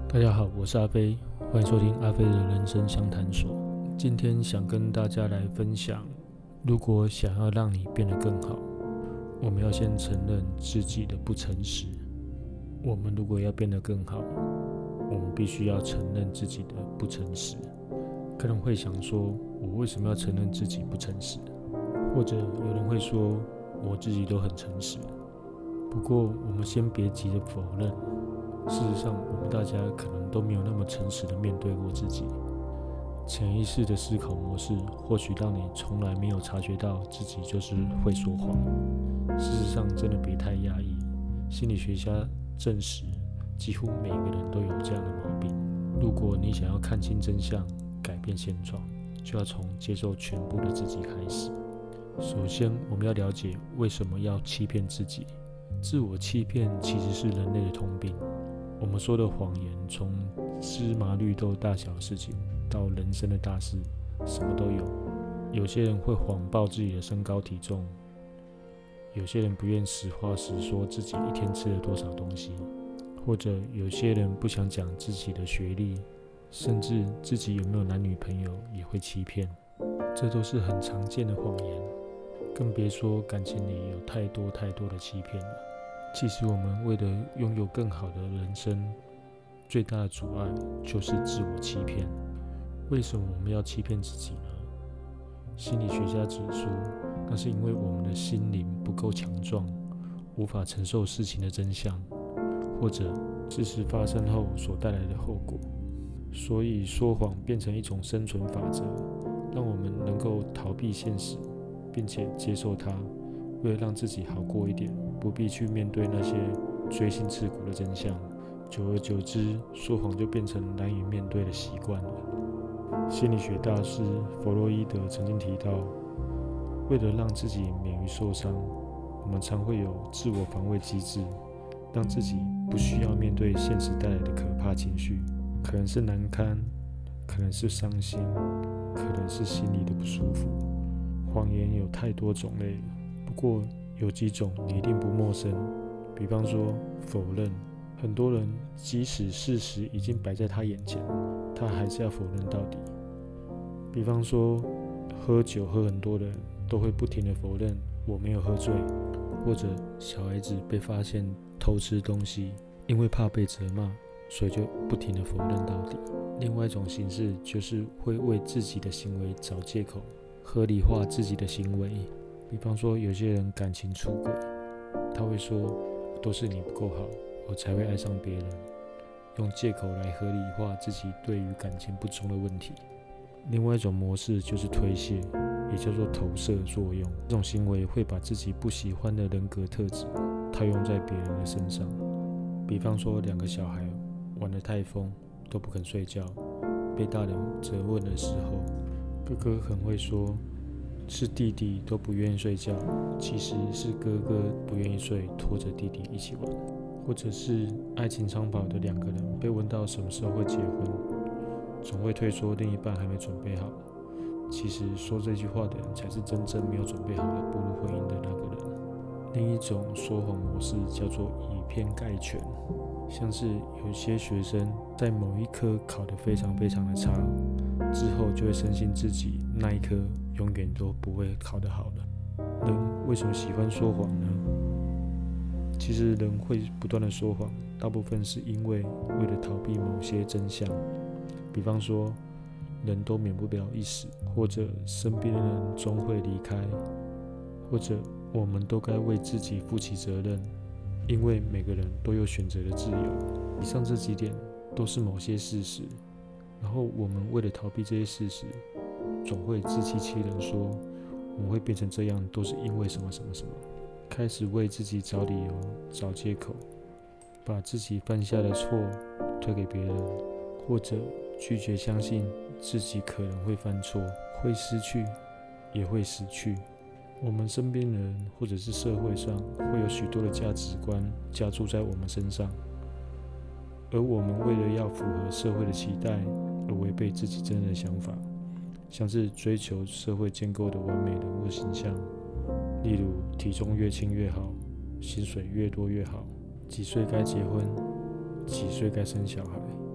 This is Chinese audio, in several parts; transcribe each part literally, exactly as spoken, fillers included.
大家好，我是阿飞，欢迎收听阿飞的人生相谈所。今天想跟大家来分享，如果想要让你变得更好，我们要先承认自己的不诚实。我们如果要变得更好，我们必须要承认自己的不诚实。可能会想说，我为什么要承认自己不诚实？或者有人会说，我自己都很诚实。不过，我们先别急着否认。事实上，我们大家可能都没有那么诚实的面对过自己。潜意识的思考模式，或许让你从来没有察觉到自己就是会说谎。事实上，真的别太压抑。心理学家证实，几乎每个人都有这样的毛病。如果你想要看清真相，改变现状，就要从接受全部的自己开始。首先，我们要了解为什么要欺骗自己。自我欺骗其实是人类的通病。我们说的谎言，从芝麻绿豆大小的事情到人生的大事，什么都有。有些人会谎报自己的身高体重，有些人不愿实话实说自己一天吃了多少东西，或者有些人不想讲自己的学历，甚至自己有没有男女朋友也会欺骗。这都是很常见的谎言，更别说感情里有太多太多的欺骗了。其实我们为了拥有更好的人生，最大的阻碍就是自我欺骗。为什么我们要欺骗自己呢？心理学家指出，那是因为我们的心灵不够强壮，无法承受事情的真相，或者事实发生后所带来的后果。所以说谎变成一种生存法则，让我们能够逃避现实，并且接受它。为了让自己好过一点，不必去面对那些锥心刺骨的真相，久而久之，说谎就变成难以面对的习惯了。心理学大师弗洛伊德曾经提到，为了让自己免于受伤，我们常会有自我防卫机制，让自己不需要面对现实带来的可怕情绪，可能是难堪，可能是伤心，可能是心里的不舒服。谎言有太多种类了，不过有几种你一定不陌生，比方说否认。很多人即使事实已经摆在他眼前，他还是要否认到底。比方说喝酒喝很多的人都会不停的否认我没有喝醉，或者小孩子被发现偷吃东西，因为怕被责骂，所以就不停的否认到底。另外一种形式就是会为自己的行为找借口，合理化自己的行为。比方说有些人感情出轨，他会说都是你不够好，我才会爱上别人，用借口来合理化自己对于感情不忠的问题。另外一种模式就是推卸，也叫做投射作用。这种行为会把自己不喜欢的人格特质套用在别人的身上。比方说两个小孩玩得太疯，都不肯睡觉，被大人责问的时候，哥哥很会说是弟弟都不愿意睡觉，其实是哥哥不愿意睡，拖着弟弟一起玩。或者是爱情长跑的两个人被问到什么时候会结婚，总会推说另一半还没准备好，其实说这句话的人才是真正没有准备好要步入婚姻的那个人。另一种说谎模式叫做以偏概全，像是有些学生在某一科考得非常非常的差，之后就会深信自己那一科永远都不会考得好了。人为什么喜欢说谎呢？其实人会不断的说谎，大部分是因为为了逃避某些真相。比方说人都免不了一死，或者身边的人终会离开，或者我们都该为自己负起责任，因为每个人都有选择的自由。以上这几点都是某些事实，然后我们为了逃避这些事实，总会自欺欺人说我们会变成这样都是因为什么什么什么，开始为自己找理由找借口，把自己犯下的错推给别人，或者拒绝相信自己可能会犯错，会失去也会死去。我们身边的人或者是社会上会有许多的价值观加注在我们身上，而我们为了要符合社会的期待而违背自己真正的想法，像是追求社会建构的完美人物形象，例如体重越轻越好，薪水越多越好，几岁该结婚，几岁该生小孩，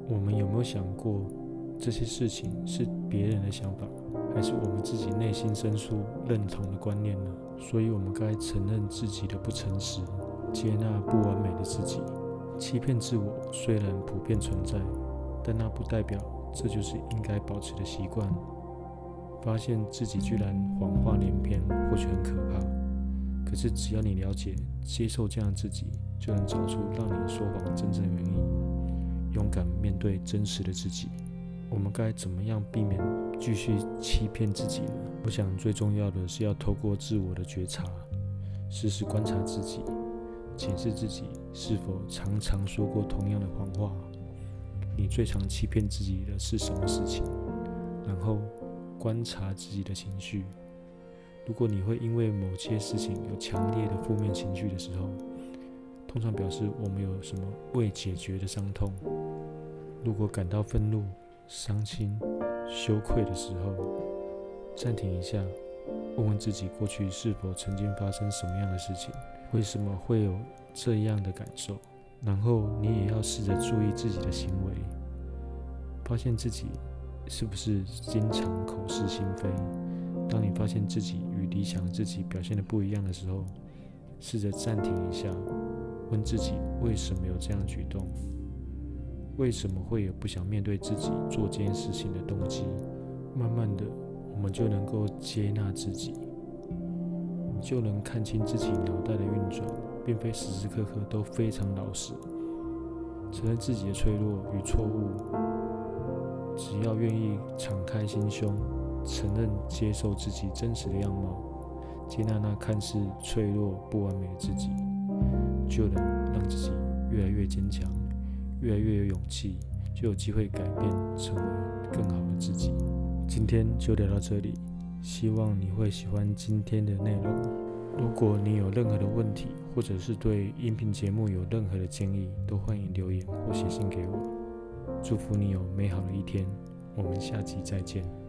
我们有没有想过，这些事情是别人的想法，还是我们自己内心深处认同的观念呢？所以我们该承认自己的不诚实，接纳不完美的自己。欺骗自我虽然普遍存在，但那不代表这就是应该保持的习惯。发现自己居然谎话连篇，或许很可怕，可是只要你了解、接受这样的自己，就能找出让你说谎真正的原因，勇敢面对真实的自己。我们该怎么样避免继续欺骗自己呢？我想最重要的是要透过自我的觉察，时时观察自己，检视自己是否常常说过同样的谎话。你最常欺骗自己的是什么事情？然后观察自己的情绪。如果你会因为某些事情有强烈的负面情绪的时候，通常表示我们有什么未解决的伤痛。如果感到愤怒、伤心、羞愧的时候，暂停一下，问问自己过去是否曾经发生什么样的事情，为什么会有这样的感受。然后你也要试着注意自己的行为，发现自己是不是经常口是心非。当你发现自己与理想自己表现的不一样的时候，试着暂停一下，问自己为什么有这样的举动，为什么会有不想面对自己做这件事情的动机。慢慢的，我们就能够接纳自己，你就能看清自己脑袋的运转，并非时时刻刻都非常老实。承认自己的脆弱与错误，只要愿意敞开心胸，承认接受自己真实的样貌，接纳那看似脆弱不完美的自己，就能让自己越来越坚强，越来越有勇气，就有机会改变，成为更好的自己。今天就聊到这里，希望你会喜欢今天的内容。如果你有任何的问题，或者是对音频节目有任何的建议，都欢迎留言或写信给我。祝福你有美好的一天，我们下集再见。